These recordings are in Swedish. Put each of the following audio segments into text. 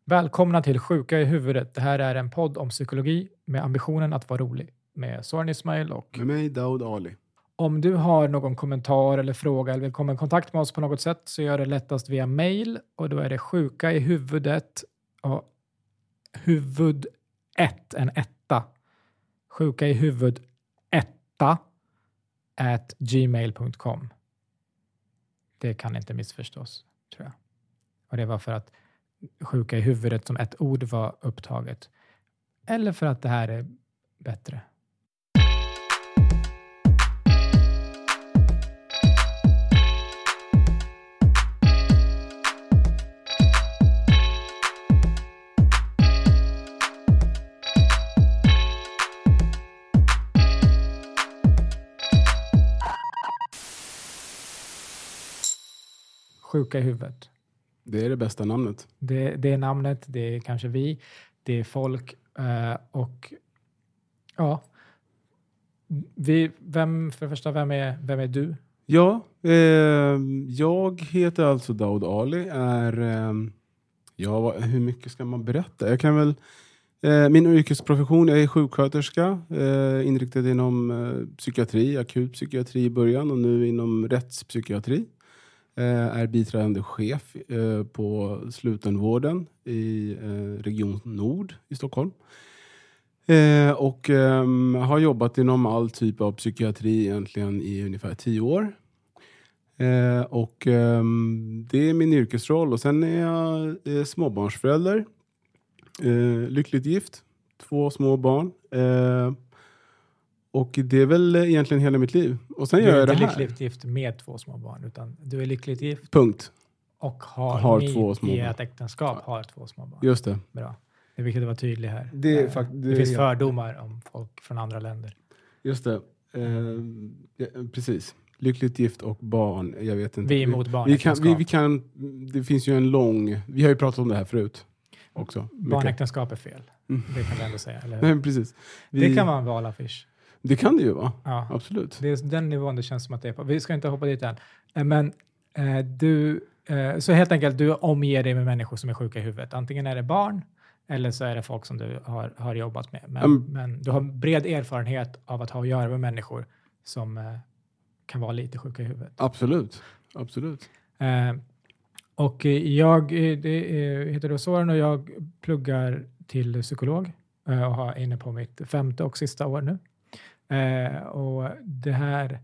Välkomna till Sjuka i huvudet. Det här är en podd om psykologi med ambitionen att vara rolig. Med Soran Ismail och... Med mig, Daud Ali. Om du har någon kommentar eller fråga eller vill komma i kontakt med oss på något sätt så gör det lättast via mail. Och då är det sjuka i huvudet och huvud 1, en etta. Sjuka i huvud 1 @gmail.com. Det kan inte missförstås, tror jag. Och det var för att sjuka i huvudet som ett ord var upptaget. Eller för att det här är bättre. Sjuka i huvudet. Det är det bästa namnet. Det är namnet, det är kanske vi, det är folk och ja. Vem är du? Ja, jag heter alltså Daud Ali. Hur mycket ska man berätta? Jag kan väl... min yrkesprofession är sjuksköterska, inriktad inom psykiatri, akut psykiatri i början och nu inom rättspsykiatri. Är biträdande chef på slutenvården i Region Nord i Stockholm. Och har jobbat inom all typ av psykiatri egentligen i ungefär 10 år. Och det är min yrkesroll. Och sen är jag småbarnsförälder. Lyckligt gift. 2 små barn. Och det är väl egentligen hela mitt liv. Och sen Du gör är jag det inte här. lyckligt gift med 2 små barn, utan du är lyckligt gift. Punkt. Och Har har 2 små i barn. ett äktenskap har 2 små barn. Just det. Bra. Det är viktigt att vara tydlig här. Det finns fördomar om folk från andra länder. Just det. Precis. Lyckligt gift och barn. Jag vet inte. Vi är emot barnäktenskap. Vi kan, det finns ju en lång... Vi har ju pratat om det här förut också. Barnäktenskap är fel. Det kan vi ändå säga. Eller? Nej, precis. Det kan vara en valaffisch. Det kan det ju vara. Ja. Absolut. Det är den nivån det känns som att det är på. Vi ska inte hoppa dit än. Men så helt enkelt, du omger dig med människor som är sjuka i huvudet. Antingen är det barn eller så är det folk som du har jobbat med. Men du har bred erfarenhet av att ha att göra med människor som kan vara lite sjuka i huvudet. Absolut. Och jag heter då Soran och jag pluggar till psykolog och har inne på mitt 5:e och sista år nu. Och det här,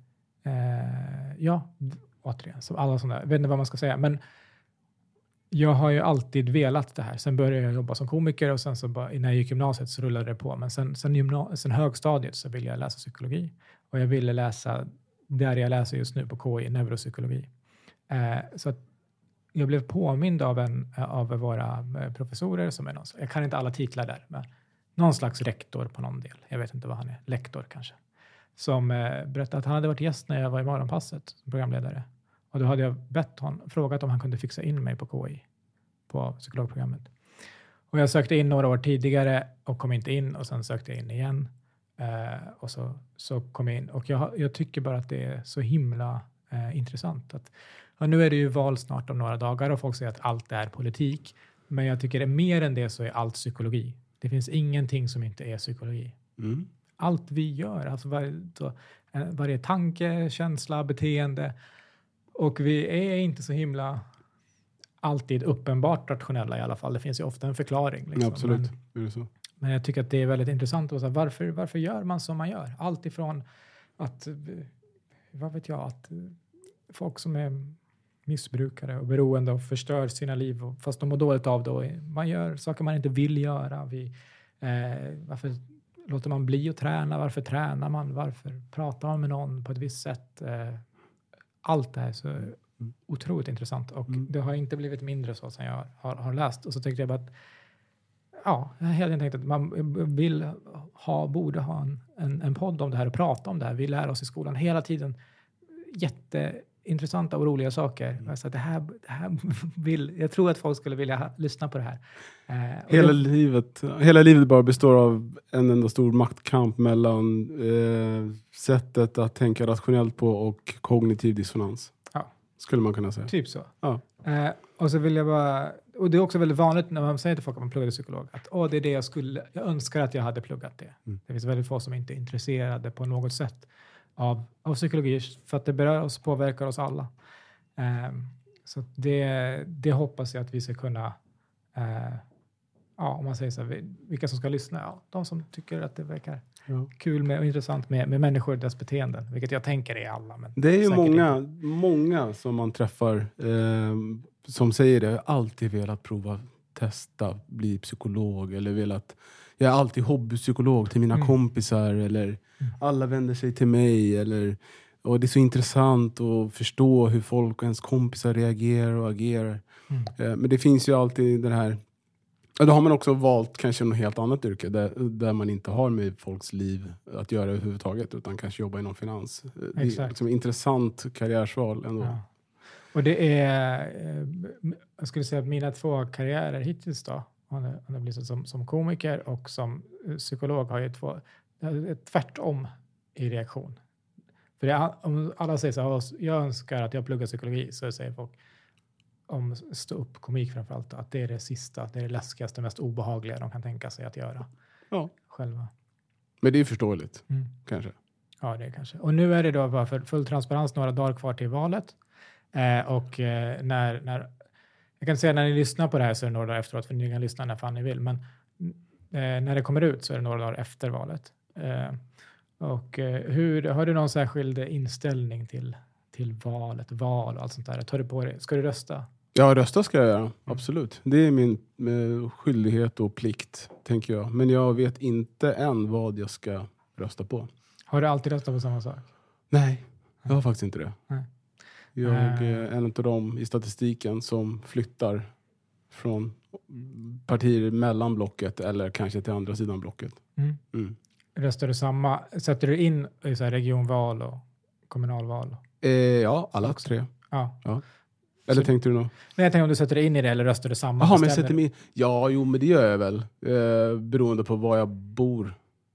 återigen, som alla sådana, jag vet inte vad man ska säga, men jag har ju alltid velat det här. Sen började jag jobba som komiker och sen så bara, när jag gick gymnasiet så rullade det på. Men sen högstadiet så ville jag läsa psykologi. Och jag ville läsa där jag läser just nu på KI, neuropsykologi. Så att jag blev påmind av våra professorer som är någon, jag kan inte alla titlar där, men någon slags rektor på någon del. Jag vet inte vad han är, lektor kanske. Som berättade att han hade varit gäst när jag var i Morgonpasset som programledare. Och då hade jag frågat om han kunde fixa in mig på KI, på psykologprogrammet. Och jag sökte in några år tidigare och kom inte in och sen sökte jag in igen. Och så kom jag in. Och jag tycker bara att det är så himla intressant. Nu är det ju val snart om några dagar och folk säger att allt är politik. Men jag tycker att mer än det så är allt psykologi. Det finns ingenting som inte är psykologi. Mm. Allt vi gör, alltså varje tanke, känsla, beteende. Och vi är inte så himla alltid uppenbart rationella i alla fall. Det finns ju ofta en förklaring. Liksom. Ja, absolut. Det är så. Men jag tycker att det är väldigt intressant att säga, varför gör man som man gör? Allt ifrån att, att folk som är missbrukare och beroende och förstör sina liv fast de mår dåligt av det. Man gör saker man inte vill göra. Varför låter man bli att träna? Varför tränar man? Varför pratar man med någon på ett visst sätt? Allt det här är så otroligt intressant. Och det har inte blivit mindre så som jag har läst. Och så tänkte jag bara att jag har helt enkelt tänkt att man borde ha en podd om det här och prata om det här. Vi lär oss i skolan hela tiden jätteintressanta och roliga saker. Så att jag tror att folk skulle vilja lyssna på det här. Hela livet bara består av en enda stor maktkamp mellan sättet att tänka rationellt på och kognitiv dissonans. Ja. Skulle man kunna säga. Typ så. Ja. Och så vill jag bara och det är också väldigt vanligt när man säger till folk att man pluggade psykolog, att det är det jag önskar att jag hade pluggat det. Det finns väldigt få som inte är intresserade på något sätt av psykologi, för att det berör oss, påverkar oss alla. Så det hoppas jag att vi ska kunna, om man säger så här, vilka som ska lyssna, de som tycker att det verkar kul med och intressant med människor och deras beteenden, vilket jag tänker är alla. Men det är ju många som man träffar som säger det. Jag har alltid velat prova, testa, bli psykolog, eller jag är alltid hobbypsykolog till mina kompisar, eller alla vänder sig till mig, och det är så intressant att förstå hur folk och ens kompisar reagerar och agerar. Men det finns ju alltid den här. Då har man också valt kanske något helt annat yrke där man inte har med folks liv att göra överhuvudtaget, utan kanske jobba inom finans. Det är liksom intressant karriärsval ändå. Ja. Och det är, jag skulle säga att mina 2 karriärer hittills då, han har blivit som komiker och som psykolog, har ju tvärtom i reaktion. För om alla säger så här, jag önskar att jag pluggar psykologi, så säger folk om stå upp komik framförallt, att det är det sista, det är det läskigaste, mest obehagliga de kan tänka sig att göra själva. Men det är förståeligt, kanske. Ja, det är kanske. Och nu är det då bara för full transparens några dagar kvar till valet. Och när jag kan säga när ni lyssnar på det här så är det några dagar efteråt, för ni kan lyssna när fan ni vill, men när det kommer ut så är det några dagar efter valet. Och har du någon särskild inställning till val och allt sånt där? Tar du på det? Ska du rösta? Ja, rösta ska jag göra. Absolut. Det är min skyldighet och plikt, tänker jag. Men jag vet inte än vad jag ska rösta på. Har du alltid röstat på samma sak? Nej, jag har faktiskt inte det. Nej. Jag är en av dem i statistiken som flyttar från partier mellan blocket eller kanske till andra sidan blocket. Röstar du samma? Sätter du in i så här regionval och kommunalval? Ja, alla 3. Ja. Eller tänkte du nog? Nej, jag tänkte om du sätter in i det eller röstar du samma? Jaha, men jag sätter mig in. Ja, men det gör jag väl. Beroende på var jag bor.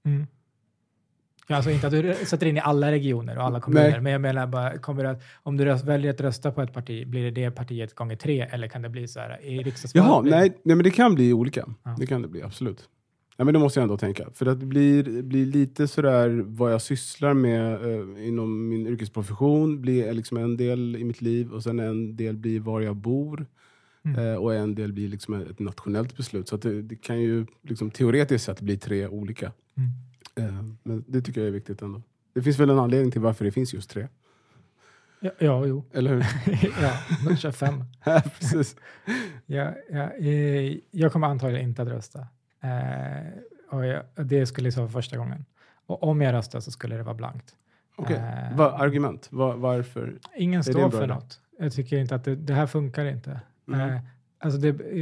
Ja, alltså inte att du sätter in i alla regioner och alla kommuner. Nej. Men jag menar bara, om du väljer att rösta på ett parti, blir det partiet gånger 3 eller kan det bli så här i riksdagsvalet? Jaha, nej, men det kan bli olika. Ja. Det kan det bli, absolut. Ja, men det måste jag ändå tänka. För att det blir lite sådär vad jag sysslar med inom min yrkesprofession blir liksom en del i mitt liv, och sen en del blir var jag bor. Och en del blir liksom ett nationellt beslut. Så att det kan ju liksom teoretiskt sett bli 3 olika. Men det tycker jag är viktigt ändå. Det finns väl en anledning till varför det finns just 3. Ja, jo. Eller hur? Ja, 25. Ja, precis. Jag kommer antagligen inte att rösta. Och det skulle vara första gången. Och om jag röstar så skulle det vara blankt. Okej. Argument? Varför? Ingen står för något. Jag tycker inte att det här funkar inte. Alltså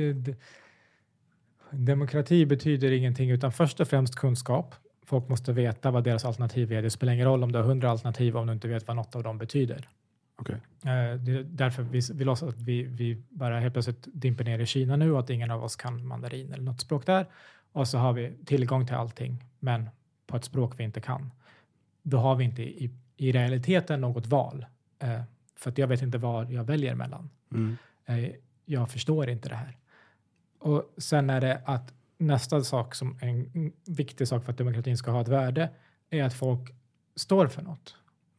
demokrati betyder ingenting utan först och främst kunskap. Folk måste veta vad deras alternativ är. Det spelar ingen roll om du har 100 alternativ om du inte vet vad något av dem betyder. Okay. Därför vi låtsas att vi bara helt plötsligt dimper ner i Kina nu och att ingen av oss kan mandarin eller något språk där. Och så har vi tillgång till allting, men på ett språk vi inte kan. Då har vi inte i realiteten något val. För att jag vet inte vad jag väljer mellan. Jag förstår inte det här. Och sen är det att nästa sak som är en viktig sak för att demokratin ska ha ett värde är att folk står för något.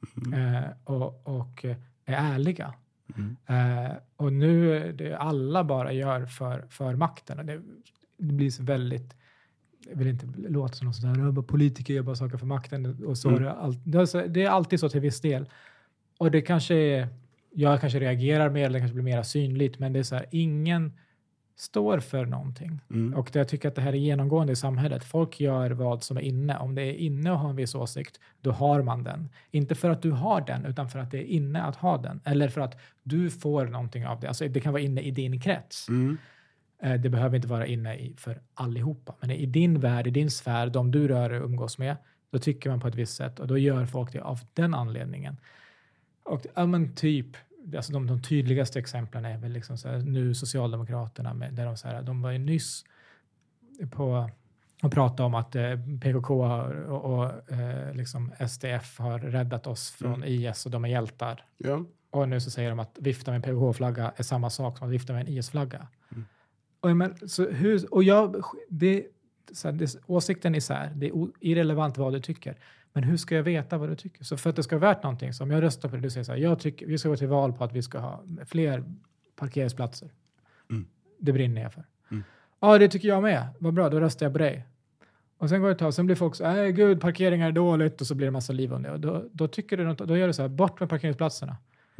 Och är ärliga. Och nu är det alla bara gör för makten. Och det blir så väldigt, jag vill inte låta som någon sån där politiker gör bara saker för makten. Och så det är alltid så till viss del. Och det kanske är, jag kanske reagerar mer eller det kanske blir mer synligt, men det är så här, ingen står för någonting. Och jag tycker att det här är genomgående i samhället. Folk gör vad som är inne. Om det är inne att ha en viss åsikt, då har man den. Inte för att du har den, utan för att det är inne att ha den. Eller för att du får någonting av det. Alltså det kan vara inne i din krets. Det behöver inte vara inne för allihopa. Men i din värld, i din sfär, de du rör och umgås med, då tycker man på ett visst sätt. Och då gör folk det av den anledningen. Och men typ, alltså de tydligaste exemplen är väl liksom så här, nu Socialdemokraterna där de var ju nyss på och pratade om att PKK och liksom SDF har räddat oss från IS och de är hjältar. Ja. Och nu så säger de att vifta med en PKK-flagga är samma sak som att vifta med en IS-flagga. Åsikten isär. Det är irrelevant vad du tycker. Men hur ska jag veta vad du tycker? Så för att det ska vara värt någonting, som jag röstar på det, du säger så här, jag tycker vi ska gå till val på att vi ska ha fler parkeringsplatser. Det brinner jag för. Ja, det tycker jag med. Vad bra, då röstar jag på dig. Och sen går det ett tag, sen blir folk så gud, parkeringar är dåligt, och så blir det massa liv om det. Och då tycker du, då gör du så här, bort med parkeringsplatserna.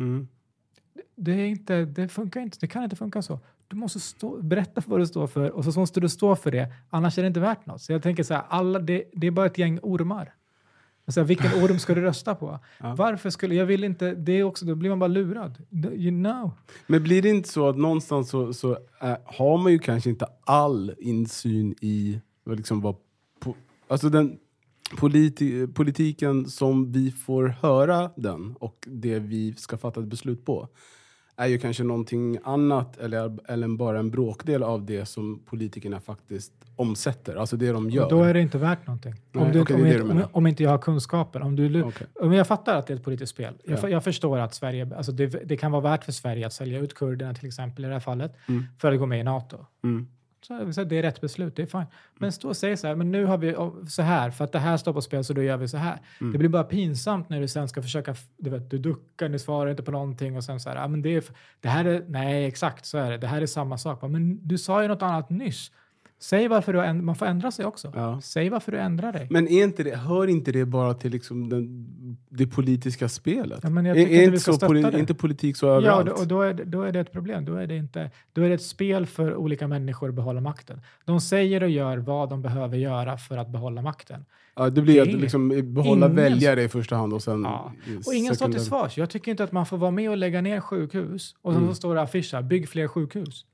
Det funkar inte, det kan inte funka så. Du måste berätta för vad du står för, och så måste du stå för det, annars är det inte värt något. Så jag tänker så här, det är bara ett gäng ormar. Alltså, vilken orm ska du rösta på? Ja. Varför skulle jag vill inte det också, då blir man bara lurad. You know. Men blir det inte så att någonstans så har man ju kanske inte all insyn i liksom alltså den politiken som vi får höra den och det vi ska fatta ett beslut på är ju kanske någonting annat eller bara en bråkdel av det som politikerna faktiskt omsätter. Alltså det de gör. Och då är det inte värt någonting. Om inte jag har kunskapen. Om jag fattar att det är ett politiskt spel. Jag förstår att Sverige, alltså det kan vara värt för Sverige att sälja ut kurderna till exempel i det här fallet för att gå med i NATO. Så det är rätt beslut, det är fine. Men stå och säg så här, men nu har vi så här, för att det här står på spel så då gör vi så här. Det blir bara pinsamt när du sen ska försöka, du duckar, ni svarar inte på någonting och sen så här, men det här är, nej exakt så är det här är samma sak. Men du sa ju något annat nyss. Säg varför man får ändra sig också. Ja. Säg varför du ändrar dig. Men hör inte det bara till liksom det politiska spelet? Ja, men jag tycker inte vi ska stötta det. Inte politik så överallt. Ja, och då är det ett problem. Då är det ett spel för olika människor att behålla makten. De säger och gör vad de behöver göra för att behålla makten. Ja, det blir att liksom behålla väljare i första hand och sen... Ja. Och ingen står till svars. Jag tycker inte att man får vara med och lägga ner sjukhus. Och så står det affischer, bygg fler sjukhus.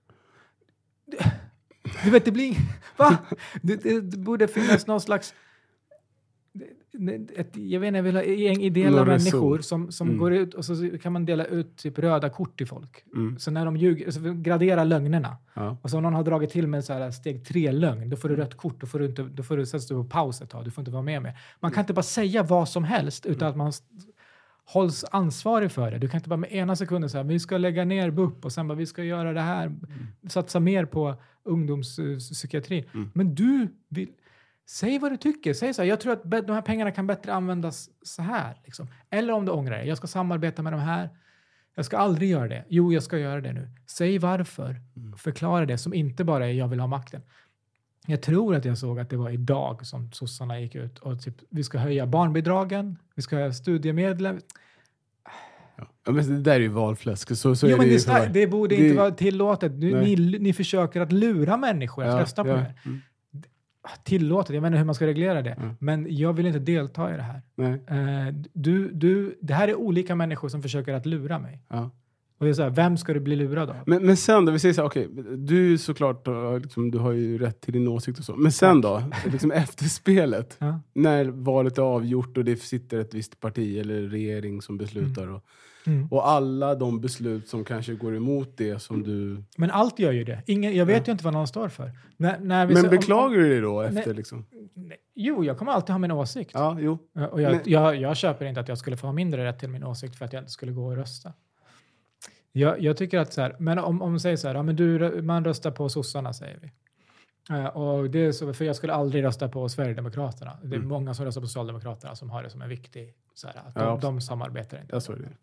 Du vet, det blir... Va? Det borde finnas någon slags... Jag vet inte, jag vill ha ideella människor som går ut och så kan man dela ut typ röda kort till folk. Så när de ljuger, så gradera lögnerna. Ja. Och så om någon har dragit till med så här steg 3-lögn, då får du rött kort, då får du sätta på paus ett tag, du får inte vara med. Man kan inte bara säga vad som helst utan att man hålls ansvarig för det. Du kan inte bara med ena sekunden säga vi ska lägga ner BUP och sen bara vi ska göra det här, satsa mer på ungdomspsykiatri. Men du vill... Säg vad du tycker. Säg så här, jag tror att de här pengarna kan bättre användas så här. Liksom. Eller om du ångrar dig. Jag ska samarbeta med de här. Jag ska aldrig göra det. Jo, jag ska göra det nu. Säg varför. Förklara det som inte bara är jag vill ha makten. Jag tror att jag såg att det var idag som sossarna gick ut och typ, vi ska höja barnbidragen. Vi ska höja studiemedlen. Ja, men det där är ju valfläsk. Så jo, men det borde inte vara tillåtet. Ni försöker att lura människor att rösta på det. Tillåtet, jag vet inte hur man ska reglera det. Men jag vill inte delta i det här. Det här är olika människor som försöker att lura mig. Ja. Och det är så här, vem ska du bli lurad av? Men sen då, vi säger så här, okej, du såklart, liksom, du har ju rätt till din åsikt och så. Men sen då, liksom efter spelet, när valet är avgjort och det sitter ett visst parti eller regering som beslutar och alla de beslut som kanske går emot det som du... Men allt gör ju det. Jag vet ju inte vad någon står för. Men beklagar du det då efter liksom? Jo, jag kommer alltid ha min åsikt. Ja, jo. Och jag köper inte att jag skulle få ha mindre rätt till min åsikt för att jag inte skulle gå och rösta. Jag tycker att så här, men om man säger så här, ja, men man röstar på sossarna, säger vi. Och det är så, för jag skulle aldrig rösta på Sverigedemokraterna. Det är många som röstar på Socialdemokraterna som har det som en viktig, så här, att de samarbetar inte. Jag såg det.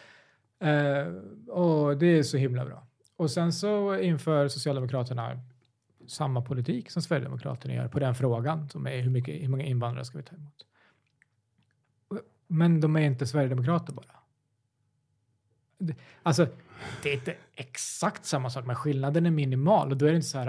Och det är så himla bra. Och sen så inför Socialdemokraterna samma politik som Sverigedemokraterna gör på den frågan som är hur många invandrare ska vi ta emot. Men de är inte Sverigedemokrater bara. Alltså, det är inte exakt samma sak, men skillnaden är minimal. Och då är det inte så här,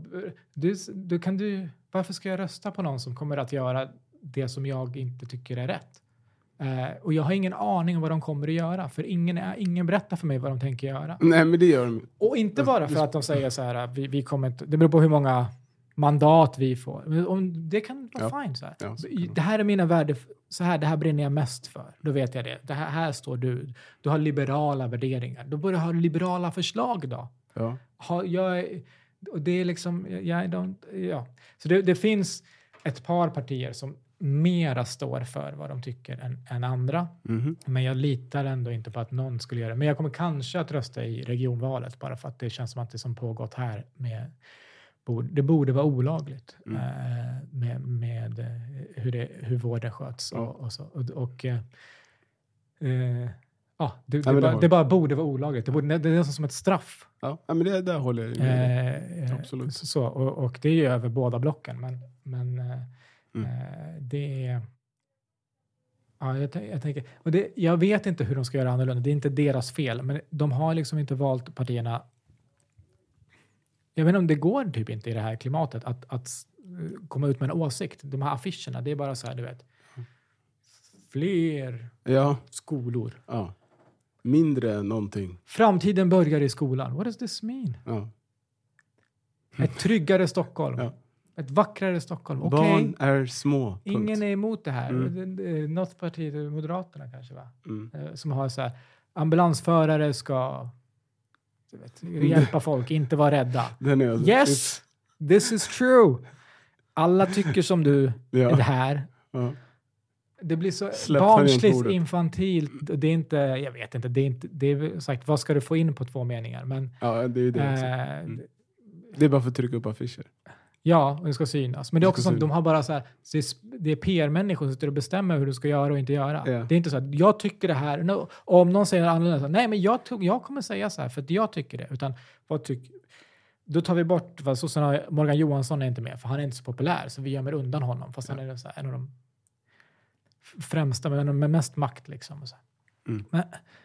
varför ska jag rösta på någon som kommer att göra det som jag inte tycker är rätt? Och jag har ingen aning om vad de kommer att göra. För ingen berättar för mig vad de tänker göra. Nej, men det gör de. Och inte bara för att de säger så här, vi kommer inte, det beror på hur många mandat vi får. Men det kan vara fint så här. Ja, det här är mina värden, så här, det här brinner jag mest för. Då vet jag det. Här står du. Du har liberala värderingar. Då borde du ha liberala förslag då. Ja. Och det är liksom, Så det finns ett par partier som mera står för vad de tycker än andra. Men jag litar ändå inte på att någon skulle göra det. Men jag kommer kanske att rösta i regionvalet bara för att det känns som att det som pågått här med det borde vara olagligt med hur vården sköts och så. Det bara borde vara olagligt. Det är nästan som ett straff. Ja, men det där håller jag med. Absolut. Så, och det är ju över båda blocken. Men det är... Ja, jag tänker... Och jag vet inte hur de ska göra annorlunda. Det är inte deras fel. Men de har liksom inte valt partierna... Jag vet inte om det går typ inte i det här klimatet att komma ut med en åsikt. De här affischerna, det är bara så här, du vet. Fler skolor. Ja. Mindre någonting. Framtiden börjar i skolan. What does this mean? Ja. Ett tryggare Stockholm. Ja. Ett vackrare Stockholm. Okay. Barn är små. Punkt. Ingen är emot det här. Något parti, Moderaterna kanske va? Som har så här, ambulansförare ska hjälpa folk, inte vara rädda. Yes! This is true! Alla tycker som du i det här. Ja. Det blir så barnsligt, infantilt. Det är inte, jag vet inte, det är sagt, vad ska du få in på 2 meningar? Men, ja, det är det. Det är bara för att trycka upp affischer. Ja, och det ska synas. Men det är också som de har bara så här, det är PR-människor som sitter och bestämmer hur du ska göra och inte göra. Yeah. Det är inte så att jag tycker det här. No, om någon säger annorlunda, nej men jag kommer säga så här för att jag tycker det. Utan då tar vi bort, Morgan Johansson är inte med för han är inte så populär så vi gömmer undan honom. Fast han är så här, en av de främsta med mest makt liksom. Och så. Men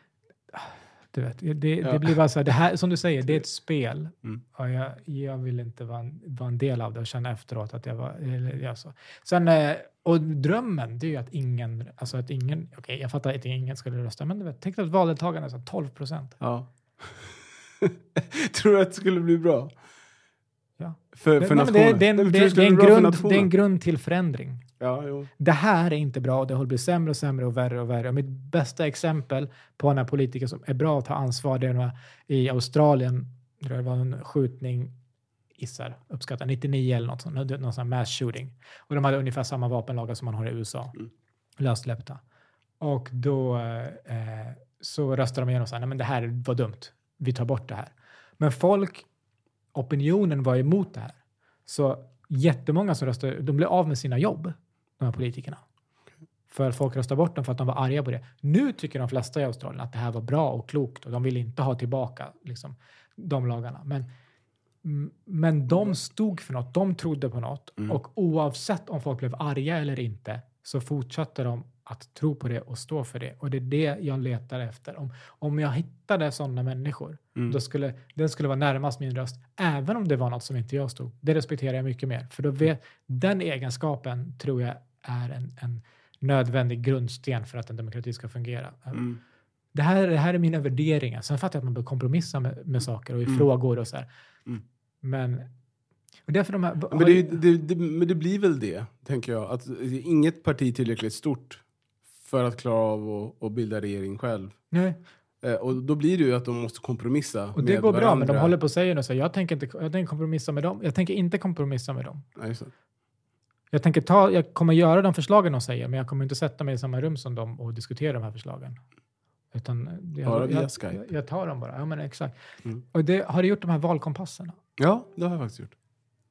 du vet, det blir bara så här, det här som du säger, det är ett spel. Och jag vill inte vara en del av det och känna efteråt att jag var så. Sen, och drömmen, det är ju att ingen, okej, jag fattar att ingen skulle rösta, men du vet, tänk att valdeltagarna är så 12%. Ja. Tror du att det skulle bli bra? Ja. För nationen? Det är en grund till förändring. Ja, jo. Det här är inte bra och det håller bli sämre och sämre och värre och värre. Och mitt bästa exempel på en politiker som är bra att ta ansvar, det är i Australien. Det var en skjutning uppskattar 99 eller någon sån mass shooting. Och de hade ungefär samma vapenlagar som man har i USA. Lössläppta. Och då så röstade de igenom och sa, nej men det här var dumt. Vi tar bort det här. Men opinionen var emot det här. Så jättemånga som röstade, de blev av med sina jobb, de här politikerna. För folk röstade bort dem för att de var arga på det. Nu tycker de flesta i Australien att det här var bra och klokt och de vill inte ha tillbaka liksom, de lagarna. Men de stod för något, de trodde på något och oavsett om folk blev arga eller inte så fortsatte de att tro på det och stå för det. Och det är det jag letar efter. Om jag hittade sådana människor, då skulle vara närmast min röst. Även om det var något som inte jag stod. Det respekterar jag mycket mer. För då den egenskapen tror jag är en nödvändig grundsten för att en demokrati ska fungera. Det här är mina värderingar. Sen fattar jag att man bör kompromissa med saker och i frågor och så här. Men... Och därför men det blir väl det, tänker jag. Att inget parti är tillräckligt stort för att klara av att bilda regering själv. Nej. Och då blir det ju att de måste kompromissa och det går varandra. Bra, men de håller på att säga så. Jag tänker kompromissa med dem. Jag tänker inte kompromissa med dem. Nej, så. Jag kommer göra de förslagen de säger, men jag kommer inte sätta mig i samma rum som dem och diskutera de här förslagen. Utan jag tar dem bara. Ja, men exakt. Och har du gjort de här valkompasserna? Ja, det har jag faktiskt gjort.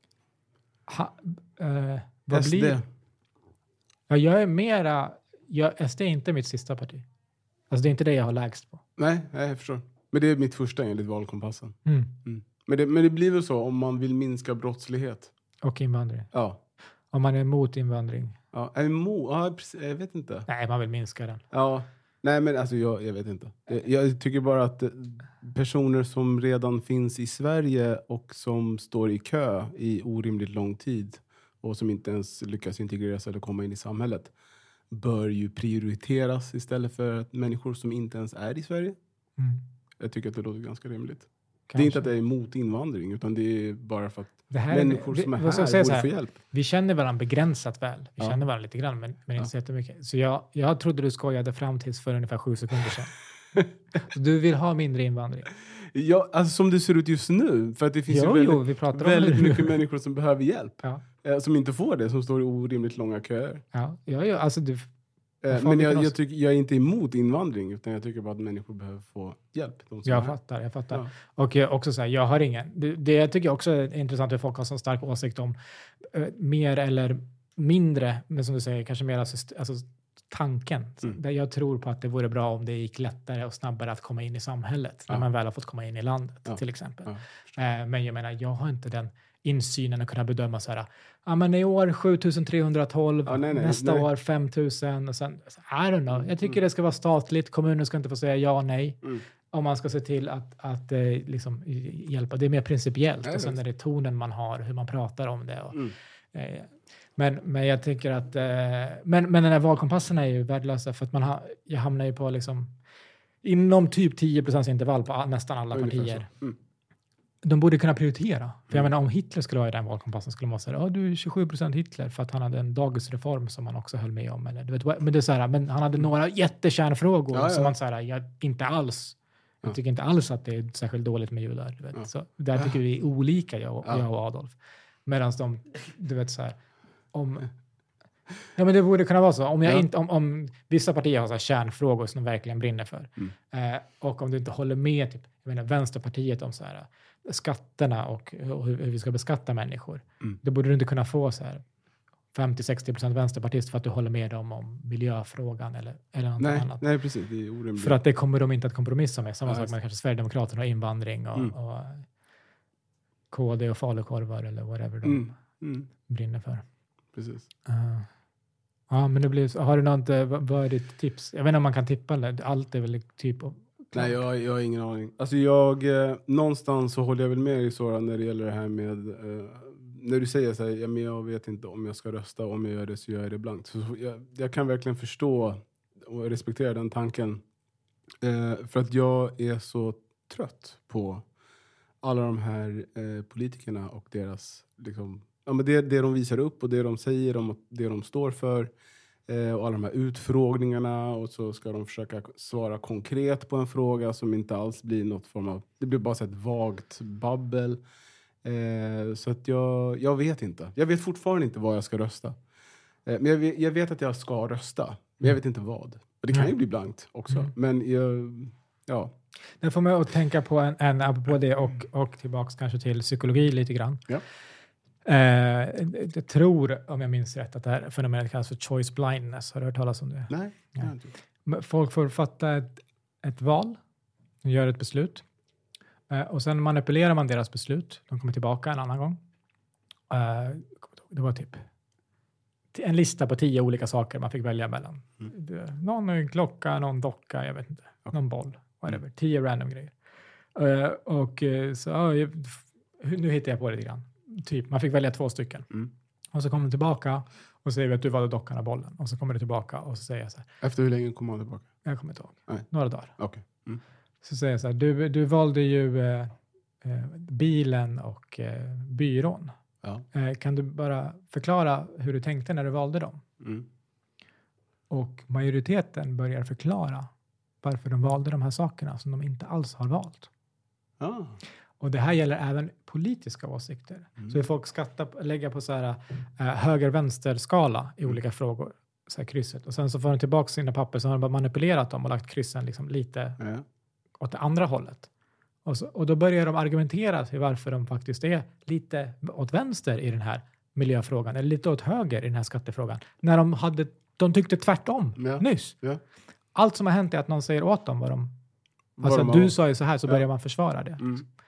Vad SD. Blir? Ja, jag är mera... SD är inte mitt sista parti. Alltså det är inte det jag har lägst på. Nej, jag förstår. Men det är mitt första enligt valkompassen. Men det blir väl så om man vill minska brottslighet. Och invandring. Ja. Om man är emot invandring. Ja, jag vet inte. Nej, man vill minska den. Ja. Nej, men alltså jag vet inte. Jag tycker bara att personer som redan finns i Sverige och som står i kö i orimligt lång tid och som inte ens lyckas integreras eller komma in i samhället bör ju prioriteras istället för människor som inte ens är i Sverige. Jag tycker att det låter ganska rimligt. Kanske. Det är inte att jag är emot invandring utan det är bara för att människor som är här borde få hjälp. Vi känner varandra begränsat väl. Vi känner varandra lite grann men inte så jättemycket. Så jag trodde du skojade fram tills för ungefär 7 sekunder sedan. Så du vill ha mindre invandring? Ja, alltså som det ser ut just nu. För att det finns Vi pratar väldigt mycket människor som behöver hjälp. Ja. Som inte får det, som står i orimligt långa köer. Ja, alltså Men jag är inte emot invandring, utan jag tycker bara att människor behöver få hjälp. Jag fattar. Ja. Och också så här, jag har ingen... Det jag tycker också är intressant att folk har så stark åsikt om mer eller mindre, men som du säger, kanske mer alltså tanken. Där jag tror på att det vore bra om det gick lättare och snabbare att komma in i samhället när man väl har fått komma in i landet, till exempel. Men jag menar, jag har inte den insynen att kunna bedöma så här, men i år 7312, nästa år 5000 och sen, I don't know. Jag tycker det ska vara statligt, kommunen ska inte få säga ja och nej. Om man ska se till att liksom hjälpa. Det är mer principiellt och sen är det tonen man har, hur man pratar om det. Och, men jag tycker att men den här valkompassen är ju värdelösa för att jag hamnar ju på liksom inom typ 10% intervall på nästan alla partier. De borde kunna prioritera. För jag menar, om Hitler skulle vara i den valkompassen skulle man säga, du är 27% Hitler för att han hade en dagisreform som han också höll med om. Eller, du vet, men det är så här, men han hade några jättekärnfrågor som man säger, jag tycker inte alls att det är särskilt dåligt med judar. Du vet. Så där tycker vi är olika, jag och Adolf. Medan de, du vet så här, men det borde kunna vara så. Om vissa partier har så här kärnfrågor som de verkligen brinner för. Och om du inte håller med typ, jag menar, Vänsterpartiet om så här, skatterna och hur vi ska beskatta människor. Då borde du inte kunna få så här 50-60% vänsterpartist för att du håller med dem om miljöfrågan eller något annat. Nej, precis. Det är orimligt. För att det kommer de inte att kompromissa med. Samma sak med kanske Sverigedemokraterna och invandring och KD och falukorvar eller whatever de brinner för. Precis. Ja, men det blir, har du något, vad är ditt tips? Jag vet inte om man kan tippa eller allt är väl typ... Nej, jag har ingen aning. Alltså någonstans så håller jag väl med dig, Sora, när det gäller det här med när du säger så här, men jag vet inte om jag ska rösta, om jag gör det så gör jag det blankt. Så jag kan verkligen förstå och respektera den tanken. För att jag är så trött på alla de här politikerna och deras liksom, men det de visar upp och det de säger om det de står för. Och alla de här utfrågningarna, och så ska de försöka svara konkret på en fråga som inte alls blir något form av, det blir bara så ett vagt babbel. Så att jag vet inte. Jag vet fortfarande inte vad jag ska rösta. Men jag vet att jag ska rösta. Men jag vet inte vad. Och det kan ju bli blankt också. Men det får mig att tänka på apropå det och tillbaka kanske till psykologi lite grann. Ja. Jag tror, om jag minns rätt, att det här fenomenet kallas för choice blindness. Har du hört talas om det? Nej. Folk får fatta ett val och gör ett beslut. Och sen manipulerar man deras beslut. De kommer tillbaka en annan gång. Det var typ en lista på 10 olika saker man fick välja mellan. Någon klocka, någon docka, jag vet inte. Någon boll, whatever. 10 random grejer. Nu hittar jag på det lite grann. Typ, man fick välja 2 stycken. Och så kommer de tillbaka och säger att du valde dockan och bollen. Och så kommer du tillbaka och så säger jag så här. Efter hur länge kommer man tillbaka? Jag kommer inte ihåg. Några dagar. Okay. Så säger jag så här, du valde ju bilen och byrån. Ja. Kan du bara förklara hur du tänkte när du valde dem? Och majoriteten börjar förklara varför de valde de här sakerna som de inte alls har valt. Och det här gäller även politiska åsikter. Så folk lägga på så här höger-vänster-skala i olika frågor. Så här krysset. Och sen så får de tillbaka sina papper, så har de bara manipulerat dem och lagt kryssen liksom lite åt det andra hållet. Och då börjar de argumentera till varför de faktiskt är lite åt vänster i den här miljöfrågan. Eller lite åt höger i den här skattefrågan. När de tyckte tvärtom nyss. Ja. Allt som har hänt är att någon säger åt dem vad de... Alltså du sa ju så här, så börjar man försvara det.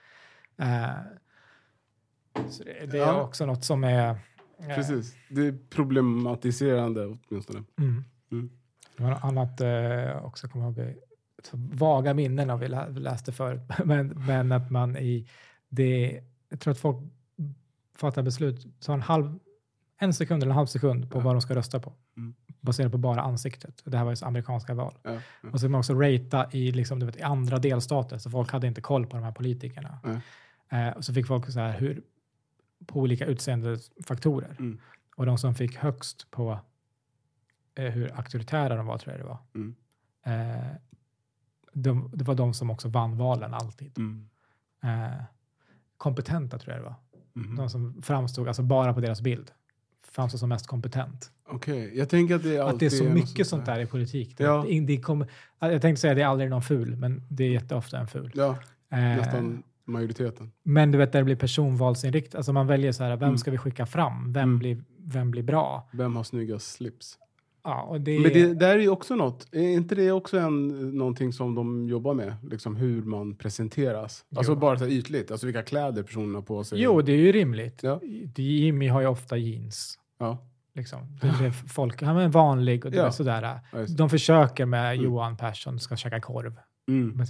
Så det är också något som är... Precis, det är problematiserande åtminstone. Det var något annat också, kommer jag ihåg, vaga minnen av vi läste förut. men att man jag tror att folk fattar beslut så en sekund eller en halv sekund på vad de ska rösta på. Baserat på bara ansiktet. Det här var ju amerikanska val. Och så kan man också ratea i andra delstater. Så folk hade inte koll på de här politikerna. Och så fick folk så här på olika utseendefaktorer. Och de som fick högst på hur auktoritära de var, tror jag det var. det var de som också vann valen alltid. Kompetenta tror jag det var. De som framstod, alltså bara på deras bild, framstod som mest kompetent. Okej, jag tänker att det är alltid... Att det är så mycket sånt där i politik. Ja. Jag tänkte säga att det är aldrig någon ful, men det är jätteofta en ful. Ja, nästan majoriteten. Men du vet, där det blir personvalsinriktat. Alltså man väljer så här, vem ska vi skicka fram? Vem blir bra? Vem har snyggast slips? Ja, och Men det där är ju också något. Är inte det också någonting som de jobbar med? Liksom hur man presenteras. Alltså bara så här ytligt. Alltså vilka kläder personerna på sig. Jo, det är ju rimligt. Ja. Jimmy har ju ofta jeans. Ja. Liksom. Det är folk, han är vanlig och det är sådär. Ja, de försöker med Johan Persson ska käka korv. Men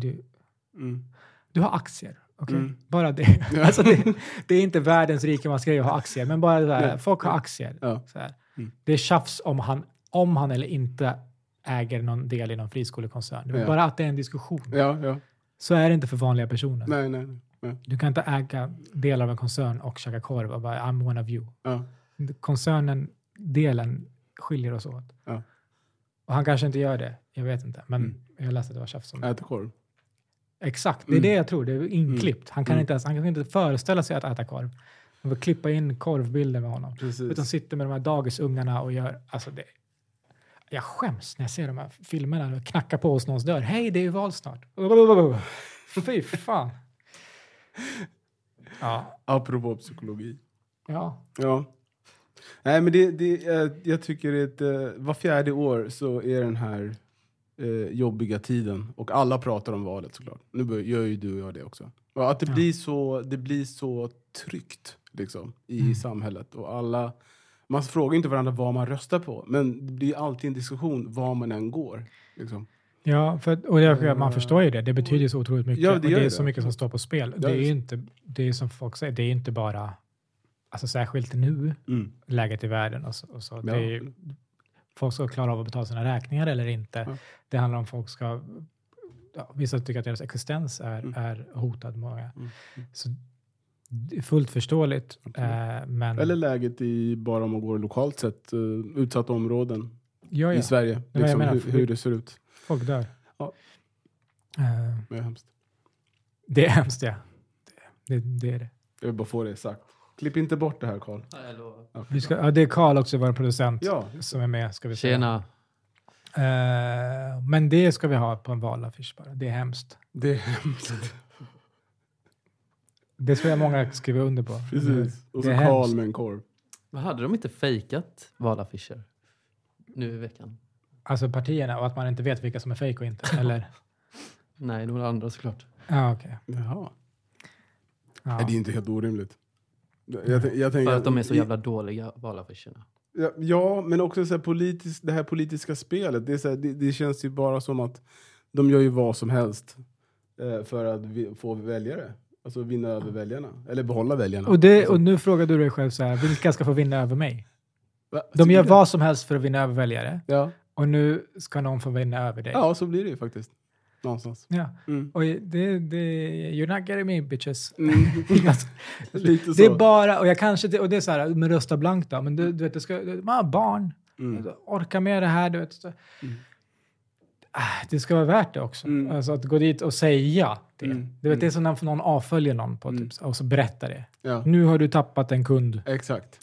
du har aktier. Okay? Bara det. Ja. Alltså det är inte världens rikaste grej att ha aktier. Men bara så här, folk har aktier. Ja. Så här. Det är tjafs om han eller inte äger någon del i någon friskolekoncern. Det är bara att det är en diskussion. Ja. Så är det inte för vanliga personer. Nej. Du kan inte äga del av en koncern och käka korv och bara I'm one of you. Ja. Delen skiljer oss åt. Ja. Och han kanske inte gör det. Jag vet inte. Men jag läste att det var tjafs om det. Äta korv. Exakt, det är det jag tror. Det är inklippt. Han kan inte föreställa sig att äta korv. Man vill klippa in korvbilder med honom. Precis. Utan sitter med de här dagisungarna och gör... Alltså det, jag skäms när jag ser de här filmerna och knackar på hos någons dörr. Hej, det är ju val snart. Fy fan. Ja. Apropå psykologi. Ja. Nej, men jag tycker att var 4:e år så är den här jobbiga tiden. Och alla pratar om valet såklart. Nu gör ju du och jag det också. Och att det blir så tryggt liksom, i samhället. Och alla, man frågar inte varandra vad man röstar på. Men det blir alltid en diskussion var man än går. Liksom. Ja, man förstår ju det. Det betyder så otroligt mycket. Ja, och det är så mycket som står på spel. Ja, det är inte, det är som folk säger, det är inte bara, alltså särskilt nu, läget i världen och så. Det är, folk ska klara av att betala sina räkningar eller inte. Ja. Det handlar om folk ska, vissa tycker att deras existens är hotad, många. Så det är fullt förståeligt. Men... Eller läget bara om man går lokalt sett, utsatta områden i Sverige. Det liksom, hur det ser ut. Folk dör. Ja. Det är hemskt. Det är hemskt, ja. Det är det. Jag vill bara få det sagt. Klipp inte bort det här, Carl. Okay. Det är Carl också, vår producent, som är med. Ska vi säga. Tjena. Men det ska vi ha på en valaffisch bara. Det är hemskt. Det är hemskt. Det tror jag många skriver under på. Precis. Och så Carl med en korv. Men hade de inte fejkat valaffischer nu i veckan? Alltså partierna och att man inte vet vilka som är fejk och inte, eller? Nej, några andra såklart. Ja, okej. Jaha. Ja. Nej, det är inte helt orimligt. Jag tänker för att de är så jävla dåliga valaffischerna. Ja, men också så här det här politiska spelet. Det, är så här, det känns ju bara som att de gör ju vad som helst för att få väljare. Alltså vinna över väljarna. Eller behålla väljarna. Och nu frågar du dig själv så här, vilka ska få vinna över mig? Va? De gör vad som helst för att vinna över väljare. Ja. Och nu ska någon få vinna över dig. Ja, så blir det ju faktiskt. Någonstans. Ja. Och you're not getting me, bitches. Lite så. Det är bara, och jag kanske, och det är så här, men rösta blankt då. Men du vet, man har barn. Orka med det här, du vet. Så. Det ska vara värt det också. Alltså att gå dit och säga det. Du vet, det är som när någon avföljer någon på typ, och så berättar det. Ja. Nu har du tappat en kund. Exakt.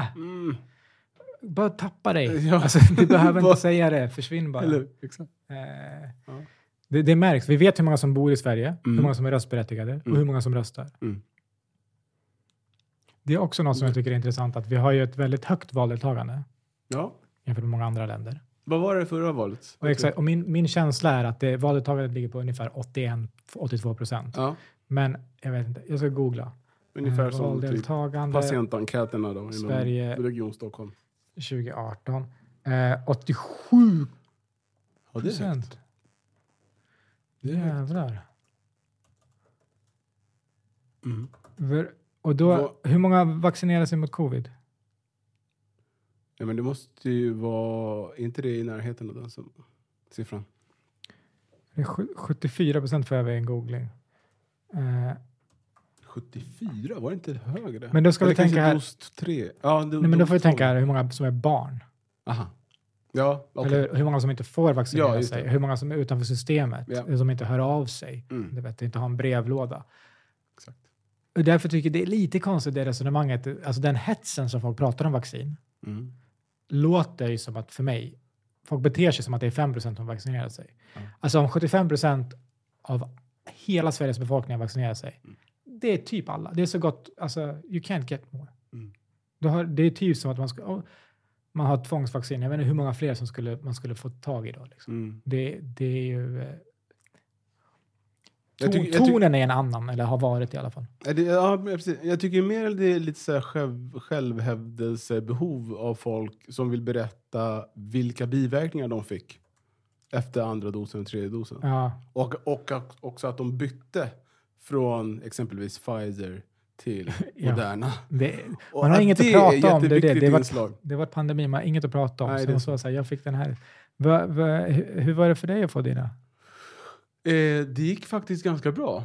Bara tappa dig. Ja. Alltså, du behöver inte säga det. Försvinn bara. Eller, exakt. Det märks. Vi vet hur många som bor i Sverige. Hur många som är röstberättigade. Och hur många som röstar. Det är också något som jag tycker är intressant. Att vi har ju ett väldigt högt valdeltagande. Ja. Jämfört med många andra länder. Vad var det förra valet? Och, exakt, och min känsla är att valdeltagandet ligger på ungefär 81-82%. Ja. Men jag vet inte. Jag ska googla. Ungefär som valdeltagande. Typ patientenkäterna då. Sverige. Region Stockholm. 2018. 87%. Ja, det är högt. Jävlar. Och då, hur många vaccinerar sig mot covid? Ja, men det måste ju vara, inte det i närheten av den siffran? Det är 74% för över en googling. 74? Var det inte högre? Men då ska vi tänka här. Dos 3. Ja, nej, men då får vi tänka här hur många som är barn. Aha. Ja, okej. Eller hur många som inte får vaccinera Ja, just sig. det. Hur många som är utanför systemet. Ja. Som inte hör av sig. Mm. Du vet, inte har en brevlåda. Exakt. Och därför tycker jag det är lite konstigt det resonemanget. Alltså den hetsen som folk pratar om vaccin. Mm. Låter ju som att för mig. Folk beter sig som att det är 5% som vaccinerar sig. Mm. Alltså om 75% av hela Sveriges befolkning har vaccinerat sig. Mm. Det är typ alla. Det är så gott. Alltså you can't get more. Mm. Det är typ som att man har tvångsvaccin. Jag vet inte hur många fler som man skulle få tag i då. Liksom. Mm. Det är ju... Jag tycker- tonen är en annan, eller har varit i alla fall. Ja, precis. Jag tycker mer det är lite så här självhävdelsebehov av folk som vill berätta vilka biverkningar de fick efter andra dosen och tredje dosen. Ja, Och också att de bytte från exempelvis Pfizer till Ja. Moderna. Och man har att inget att är prata om. Det, jätteviktigt det, var, inslag. det var ett pandemi, man har inget att prata om. Nej, Så det är man så här, jag fick den här. Hur var det för dig att få dina? Det gick faktiskt ganska bra.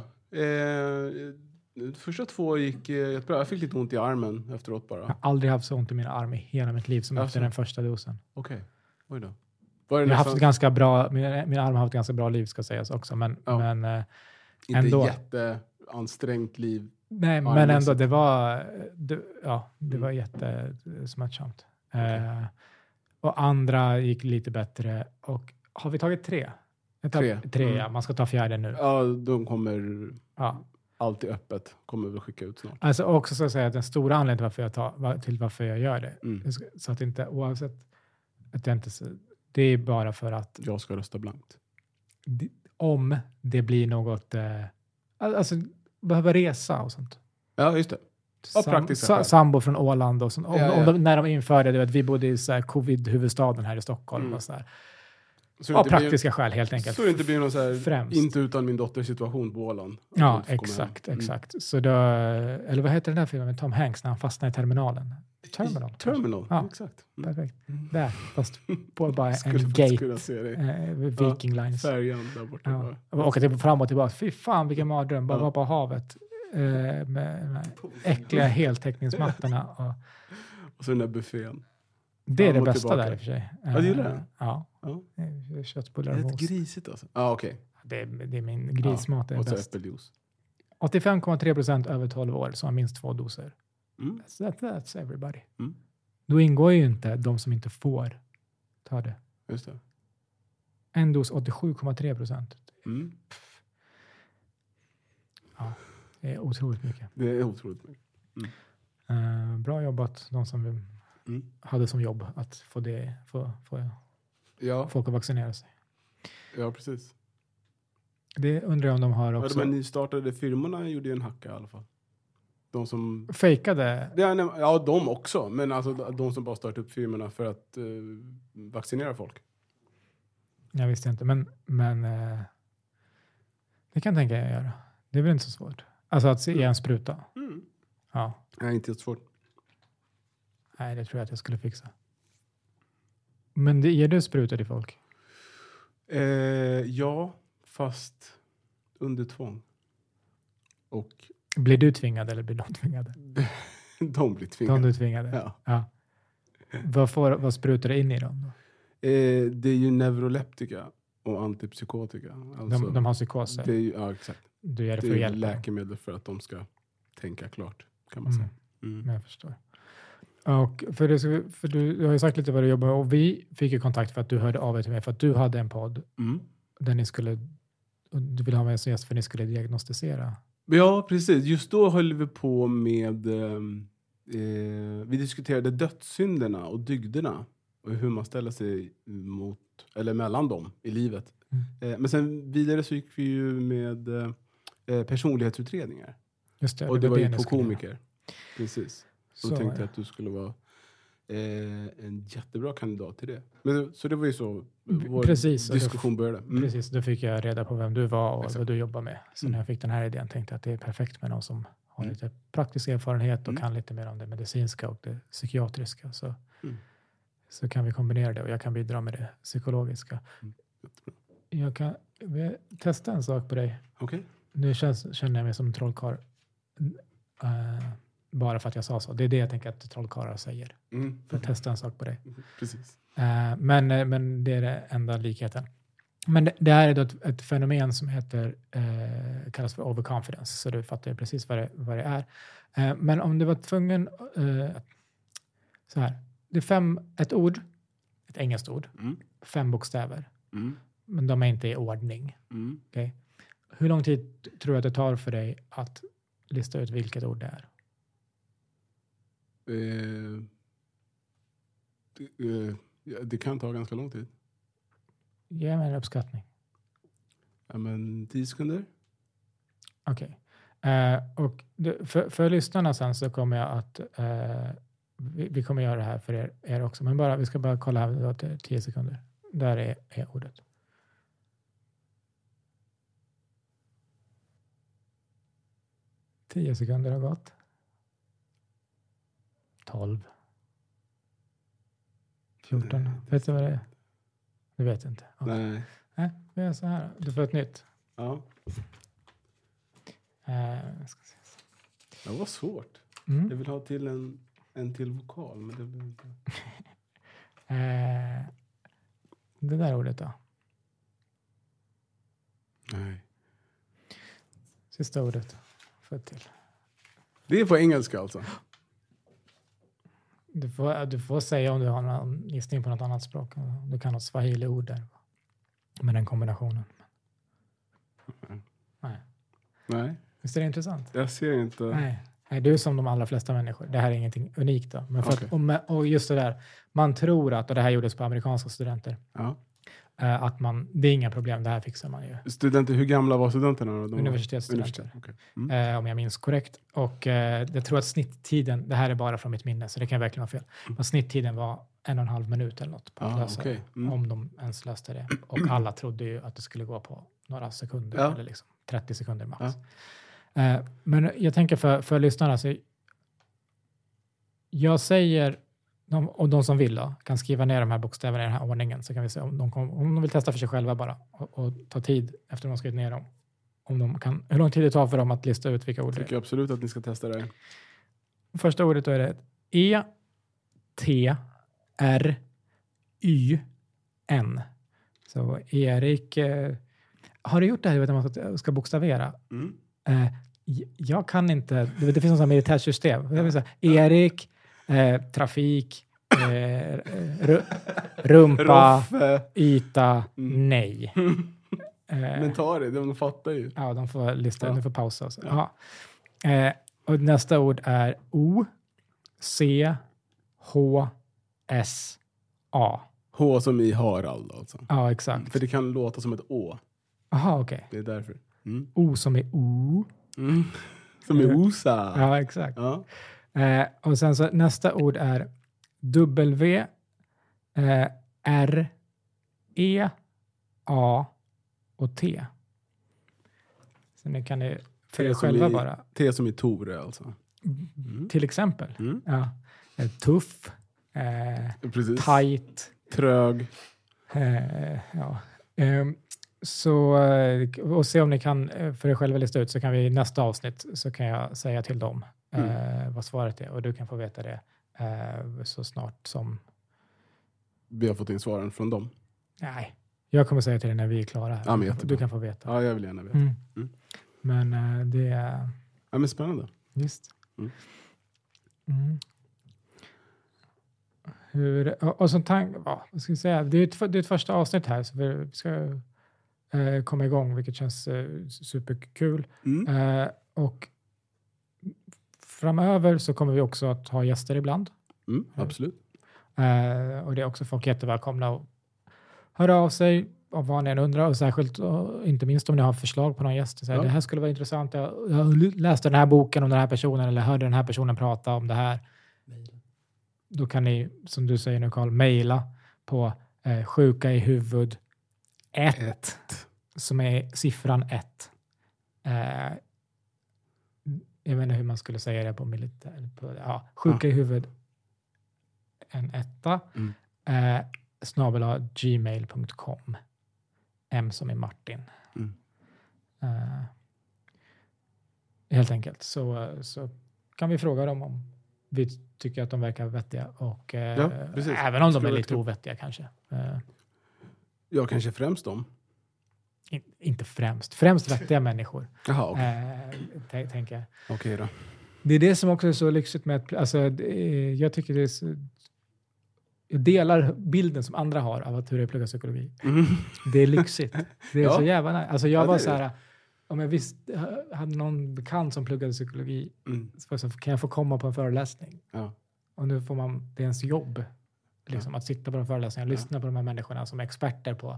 Första 2 gick jättebra. Jag fick lite ont i armen efteråt bara. Jag har aldrig haft så ont i mina armar i hela mitt liv som Alltså. efter den första dosen. Okej. Oj då. Var det Jag har nästan haft ganska bra, min arm har haft ganga bra liv ska sägas också. Men, Ja. men inte ändå. jätteansträngt liv? Nej, Ja, men men ändå, så- det var jättesmärtsamt. Och andra gick lite bättre. Och har vi tagit 3? Tre, ja. Man ska ta 4:e nu. Ja, de kommer Ja. alltid öppet. Kommer väl skicka ut snart. Alltså också så att säga att den stora anledningen till varför jag gör det. Mm. Så att inte, oavsett att jag inte, det är bara för att Jag ska rösta blankt. om det blir något, alltså behöver resa och sånt. Ja, just det. Av praktiska skäl. Sambo från Åland och sånt. Ja. När de införde det, vi bodde i så här covid-huvudstaden här i Stockholm. Mm. Och så här. Så det Av inte blir- praktiska skäl helt enkelt. Så det inte blir någon så här, Främst. inte utan min dotters situation på Åland. Att Ja, hon får komma exakt, hem. exakt. Så då, eller vad heter den där filmen med Tom Hanks när han fastnar i terminalen? Terminal. Terminal, Ja. exakt. Perfekt. Där, fast på bara en Skulle faktiskt gate. kunna se det. Viking Lines. Färjan där borta. Ja. bara. Och åka till fram och tillbaka. Fy fan vilken mardröm. Bara vara på havet. Med de här äckliga heltäckningsmattorna. Och Och så den där buffén. det är Fram det och bästa tillbaka. där i och för sig. Ja, du gillar det? Ja. Ja. Köttbullar Det och är mos. rätt grisigt alltså. Ja, okej. Det är min grismat. Det är Och så bäst. äppeljuice. 85,3% över 12 år som har minst 2 doser. Mm. That's everybody. Mm. Då ingår ju inte de som inte får ta det. Just det. En dos 87,3%. Mm. Ja, det är otroligt mycket. Det är otroligt mycket. Bra jobbat de som Mm. hade som jobb att få Ja, folk att vaccinera sig. ja, precis. Det undrar jag om de har Ja, också de här nystartade firmorna gjorde ju en hacka i alla fall. De som... fejkade. Ja, de också. Men alltså de som bara startade upp firmorna för att vaccinera folk. Jag visste inte, men det kan jag tänka jag göra. Det är väl inte så svårt. Alltså att ge en spruta. Mm. Ja, Nej, inte jättesvårt. nej, det tror jag att jag skulle fixa. Men ger du sprutor till folk? Ja, fast under tvång. Och Blir du tvingad eller blir de tvingade? de blir De tvingade. du tvingade? Ja. Vad sprutar du in i dem då? Det är ju neuroleptika och antipsykotika. Alltså, De har psykoser. det är ju, ja, exakt. Du gör det Det för att är hjälpa dem. läkemedel för att de ska tänka klart, kan man säga. Mm. Men jag förstår. Och för du har ju sagt lite vad du jobbar med och vi fick ju kontakt för att du hörde av dig till mig för att du hade en podd Mm. där du ville ha med som gäst för att ni skulle diagnostisera. Ja, precis. Just då höll vi på med... vi diskuterade dödssynderna och dygderna. Och hur man ställer sig mot, eller mellan dem i livet. Men sen vidare så gick vi ju med personlighetsutredningar. Just det, Och det var ju ni på skulle göra. komiker. Precis. Så, Och tänkte ja. att du skulle vara en jättebra kandidat till det. Men, så det var ju så vår Precis, och diskussion började. Mm. Precis, då fick jag reda på vem du var och Exakt. vad du jobbar med. Så när jag fick den här idén tänkte jag att det är perfekt med någon som har lite praktisk erfarenhet och kan lite mer om det medicinska och det psykiatriska. Så kan vi kombinera det och jag kan bidra med det psykologiska. Jättebra. Jag kan testa en sak på dig. Okej. Nu känner jag mig som en trollkarl. bara för att jag sa så. Det är det jag tänker att trollkarlar säger. För att testa en sak på dig. Precis. Men det är den enda likheten. Men det här är då ett fenomen som kallas för overconfidence. Så du fattar ju precis vad det är. Men om du var tvungen... så här. Det är ett ord, ett engelskt ord. 5 bokstäver. Men de är inte i ordning. Okay? Hur lång tid tror du att det tar för dig att lista ut vilket ord det är? Det kan ta ganska lång tid. Ge mig en uppskattning. Ja, men 10 sekunder. Okej. Och för lyssnarna sen så kommer jag att... vi kommer göra det här för er också. Men vi ska bara kolla här. Det var 10 sekunder. Där är ordet. Tio sekunder har gått. 12. 14. Vet du vad det är? Du vet inte. Okay. Nej, vi gör så här. Du får ett nytt. Ja. Ska se. Det var svårt. Jag vill ha till en till vokal. Men det blir inte. Det där ordet då? Nej. Sista ordet. Få till. Det är på engelska alltså? Du får säga om du har någon gissning på något annat språk. Du kan ha swahili-ord där. Med den kombinationen. Nej. Visst är det intressant? Jag ser inte. Nej, du är som de allra flesta människor. Det här är ingenting unikt då. Men och just det där. Man tror att, och det här gjordes på amerikanska studenter. Ja. Att det är inga problem, det här fixar man ju. Studenter, hur gamla var studenterna? Universitetsstudenter. Okay. Om jag minns korrekt. Och jag tror att snitttiden, det här är bara från mitt minne så det kan verkligen vara fel. Men snitttiden var 1,5 minut eller något på att lösa det. Om de ens löste det. Och alla trodde ju att det skulle gå på några sekunder eller liksom 30 sekunder max. Men jag tänker för lyssnarna så jag säger och de som vill då, kan skriva ner de här bokstäverna i den här ordningen så kan vi se om de vill testa för sig själva bara och ta tid efter de skrivit ner dem. Om de kan, hur lång tid det tar för dem att lista ut vilka ord det är. Jag tycker absolut att ni ska testa det. Första ordet då är det E-T-R-Y-N. Så Erik, har du gjort det här vet man ska bokstavera? Jag kan inte, det finns något sånt militärsystem. Erik, trafik, rumpa, yta, nej. Men ta det, de fattar ju. Ja, de får lista, de får pausa. Och nästa ord är O-C-H-S-A. H som i Harald alltså. Ja, exakt. För det kan låta som ett Å. Jaha, okej. Det är därför. O som är O. Som är Osa. Ja, exakt. Ja. Och sen så nästa ord är W, R, E, A och T. Så nu kan ni för er själva bara. T som i Tore alltså. Till exempel. Ja. Tuff. Tight. Trög. Ja. Så och se om ni kan för er själva lista ut så kan vi i nästa avsnitt så kan jag säga till dem vad svaret är och du kan få veta det så snart som vi har fått in svaren från dem. Nej, jag kommer säga till dig när vi är klara här. Ja, du kan få veta. Ja, jag vill gärna veta. Men det är ja, men spännande. Just. Hur och så vad ska jag säga? Det är ett första avsnitt här så vi ska komma igång, vilket känns superkul. Och framöver så kommer vi också att ha gäster ibland. Absolut. Och det är också folk jättevälkomna att höra av sig om vad ni än undrar och särskilt och inte minst om ni har förslag på någon gäst. Det här skulle vara intressant. Jag läste den här boken om den här personen eller hörde den här personen prata om det här. Då kan ni, som du säger nu Carl, mejla på sjuka i huvud 1 som är siffran 1. Jag vet inte hur man skulle säga det på militär. Sjuka i huvud en 1 @gmail.com. M som är Martin. Helt enkelt. Så kan vi fråga dem om vi tycker att de verkar vettiga. Och, precis. även om de Skulle är vara lite kul. ovettiga kanske. Ja, kanske främst dem. Inte främst. Främst vettiga människor. Jaha, okej. Tänker jag. Okej då. Det är det som också är så lyxigt med att, alltså, jag tycker det är så, jag delar bilden som andra har av att hur jag pluggar psykologi. Mm. Det är lyxigt. Det är Ja. så jävla nice. Alltså jag Ja, var det är så här, om jag hade någon bekant som pluggade psykologi, så kan jag få komma på en föreläsning. Ja. Och nu får man, det är ens jobb liksom, att sitta på de föreläsningarna och lyssna på de här människorna som är experter på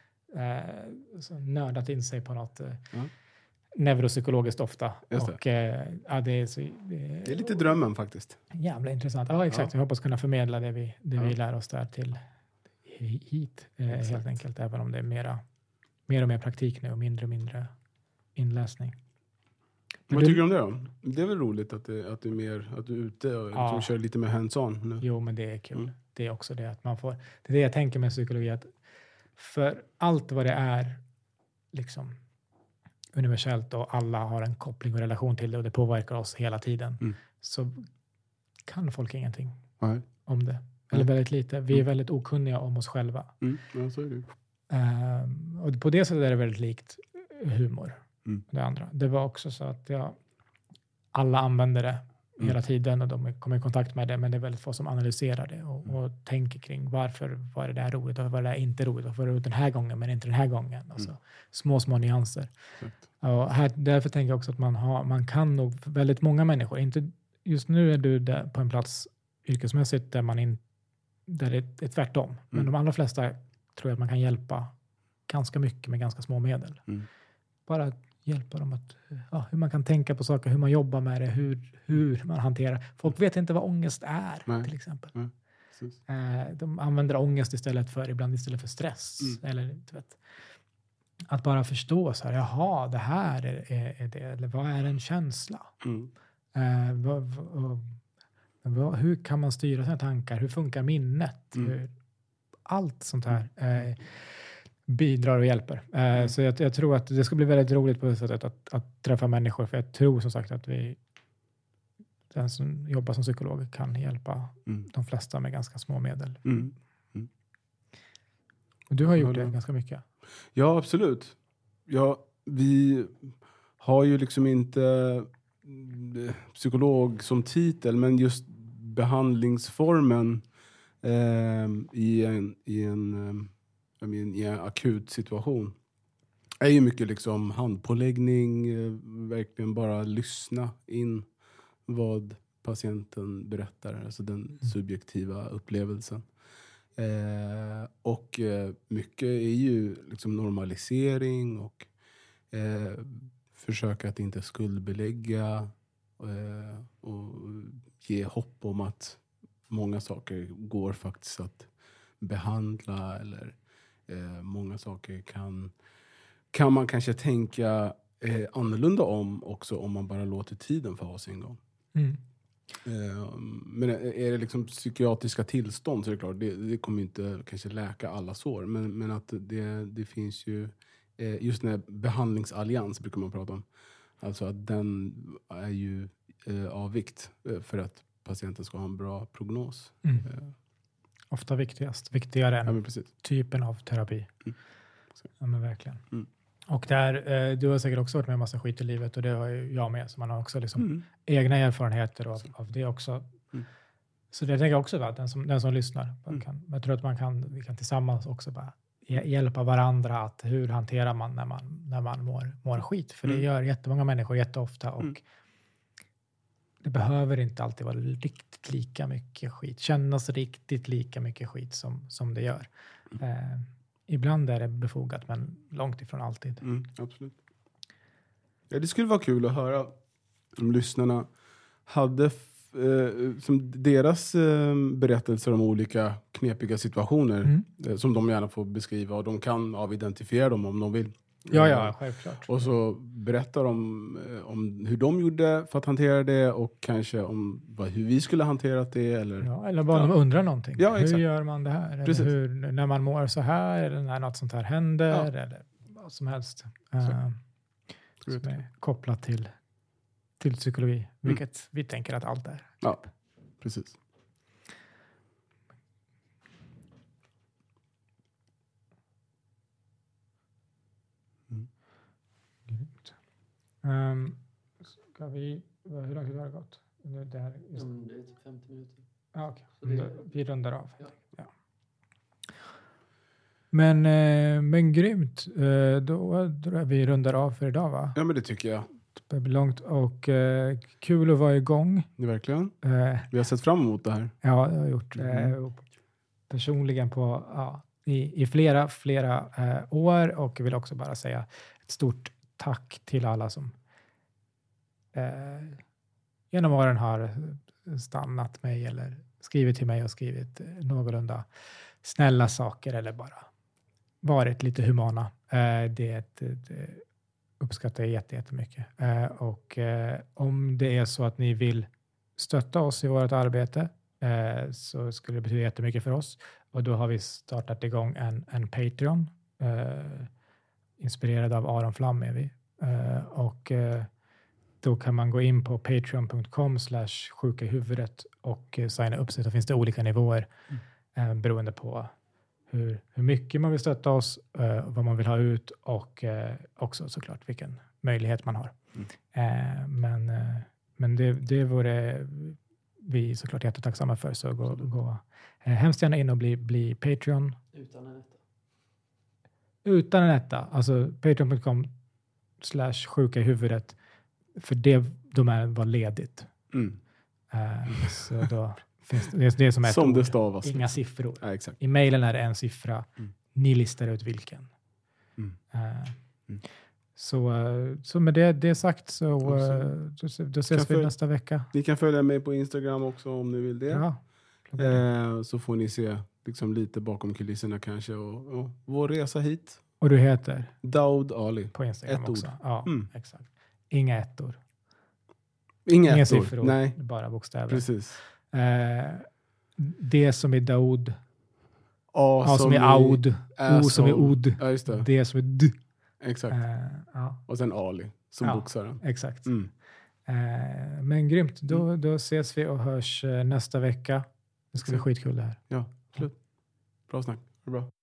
så nördat in sig på något neuropsykologiskt ofta. Just det. Och det är så, Det är lite drömmen faktiskt. jävla intressant. Ja, exakt. Jag hoppas kunna förmedla det vi lär oss där till hit helt enkelt. Även om det är mer och mer praktik nu och mindre inläsning. Vad tycker du om det då? Det är väl roligt att du är ute och liksom kör lite mer hands-on nu. Jo, men det är kul. Det är också det att man får, det är det jag tänker med psykologi, att för allt vad det är liksom universellt och alla har en koppling och relation till det och det påverkar oss hela tiden, så kan folk ingenting om det. Eller väldigt lite. Vi är väldigt okunniga om oss själva. Ja, så är det. Och på det sättet är det väldigt likt humor. Det andra. Det var också så att alla använder det hela tiden och de kommer i kontakt med det, men det är väldigt få som analyserar det och tänker kring varför var det här roligt och varför var det här inte roligt, varför var det roligt den här gången men inte den här gången. Alltså, små nyanser. Och därför tänker jag också att man kan nog, väldigt många människor, inte just nu är du där på en plats yrkesmässigt där där det är tvärtom, men de allra flesta tror jag att man kan hjälpa ganska mycket med ganska små medel. Bara hjälpa dem att hur man kan tänka på saker, hur man jobbar med det, hur man hanterar. Folk vet inte vad ångest är, till exempel. De använder ångest ibland istället för stress. Eller, du vet, att bara förstå så här, jaha, det här är det, eller vad är en känsla? Hur kan man styra sina tankar? Hur funkar minnet? Allt sånt här bidrar och hjälper. Så jag tror att det ska bli väldigt roligt på det sättet att träffa människor. För jag tror som sagt att den som jobbar som psykolog kan hjälpa de flesta med ganska små medel. Och du har gjort det ganska mycket. Ja, absolut. Ja, vi har ju liksom inte psykolog som titel, men just behandlingsformen i en akut situation är ju mycket liksom handpåläggning, verkligen bara lyssna in vad patienten berättar, alltså den subjektiva upplevelsen. Och mycket är ju liksom normalisering och försöka att inte skuldbelägga och ge hopp om att många saker går faktiskt att behandla, eller många saker kan man kanske tänka annorlunda om också, om man bara låter tiden få ha sin gång. Men är det liksom psykiatriska tillstånd, så är det klart, det kommer inte kanske läka alla sår, men att det finns ju just den här behandlingsallians brukar man prata om, alltså att den är ju av vikt för att patienten ska ha en bra prognos. Ofta viktigare än precis. typen av terapi. Ja, men verkligen. Och där, du har säkert också varit med en massa skit i livet, och det har ju jag med, så man har också liksom egna erfarenheter av det också. Så det tänker jag också att den som lyssnar jag tror att vi kan tillsammans också bara hjälpa varandra att hur hanterar man när man mår skit, för det gör jättemånga människor jätteofta, och det behöver inte alltid vara riktigt lika mycket skit, kännas riktigt lika mycket skit som det gör. Ibland är det befogat, men långt ifrån alltid. Absolut. Ja, det skulle vara kul att höra om lyssnarna hade som deras berättelser om olika knepiga situationer som de gärna får beskriva, och de kan avidentifiera dem om de vill. Ja, självklart. Och så berättar de om hur de gjorde för att hantera det, och kanske om hur vi skulle hanterat det. Eller bara de undrar någonting. Ja, hur exakt. gör man det här? Eller när man mår så här, eller när något sånt här händer, eller vad som helst. Som är kopplat till till psykologi, vilket vi tänker att allt är. Ja, precis. Grymt. Ska vi, hur långt har det gått? Det här, just, Det är typ 50 minuter. ja, okej. Så det- Vi rundar av. Ja. Ja. Men grymt. Då vi rundar av för idag, va? Ja, men det tycker jag. Det blir långt och kul att vara igång. Det är verkligen. Eh, Vi har sett fram emot det här. Ja, jag har gjort personligen på i flera år, och jag vill också bara säga ett stort tack till alla som genom åren har stannat mig eller skrivit till mig och skrivit någorlunda snälla saker eller bara varit lite humana. Det uppskattar jag jättemycket. Och om det är så att ni vill stötta oss i vårt arbete, så skulle det betyda jättemycket för oss. Och då har vi startat igång en Patreon. Inspirerad av Aron Flam är vi. Och då kan man gå in på patreon.com/sjukahuvudet och signa upp sig. Så finns det olika nivåer beroende på hur mycket man vill stötta oss, vad man vill ha ut och också såklart vilken möjlighet man har. Men det vore vi såklart jättetacksamma för. Så gå hemskt gärna in och bli Patreon. Utan en etta. Utan en etta. Alltså patreon.com/sjukahuvudet. För de var ledigt. Så då finns det som är Som ett det ord. stavas. Inga siffror. Ja, exakt. I mejlen är det en siffra. Ni listar ut vilken. Så med det sagt så då ses vi nästa vecka. Ni kan följa mig på Instagram också om ni vill det. Ja. Så får ni se liksom lite bakom kulisserna kanske och vår resa hit. Och du heter? Daoud Ali. På Instagram Ett också. ord. Ja, exakt. Inga ettor. Inga ettor. Siffror. Nej, Bara bokstäver. precis. Det som är Daoud. A som är Aud. O som är Od. Ja, just det. Det som är D. Exakt. Ja, Och sen Ali som boxaren. exakt. Men grymt. Då ses vi och hörs nästa vecka. Det ska bli skitkul det här. Ja, slut. Bra snack. Bra.